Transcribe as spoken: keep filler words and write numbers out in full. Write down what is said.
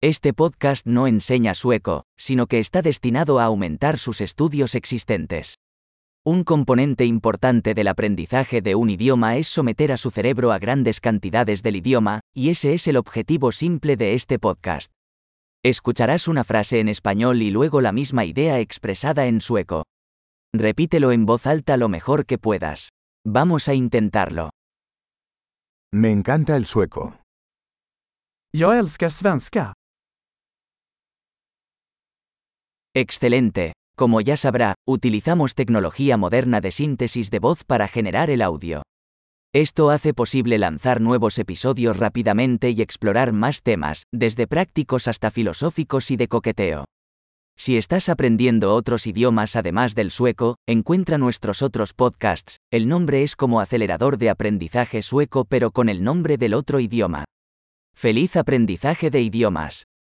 Este podcast no enseña sueco, sino que está destinado a aumentar sus estudios existentes. Un componente importante del aprendizaje de un idioma es someter a su cerebro a grandes cantidades del idioma, y ese es el objetivo simple de este podcast. Escucharás una frase en español y luego la misma idea expresada en sueco. Repítelo en voz alta lo mejor que puedas. Vamos a intentarlo. Me encanta el sueco. Jag älskar svenska. Excelente. Como ya sabrá, utilizamos tecnología moderna de síntesis de voz para generar el audio. Esto hace posible lanzar nuevos episodios rápidamente y explorar más temas, desde prácticos hasta filosóficos y de coqueteo. Si estás aprendiendo otros idiomas además del sueco, encuentra nuestros otros podcasts. El nombre es como acelerador de aprendizaje sueco pero con el nombre del otro idioma. ¡Feliz aprendizaje de idiomas!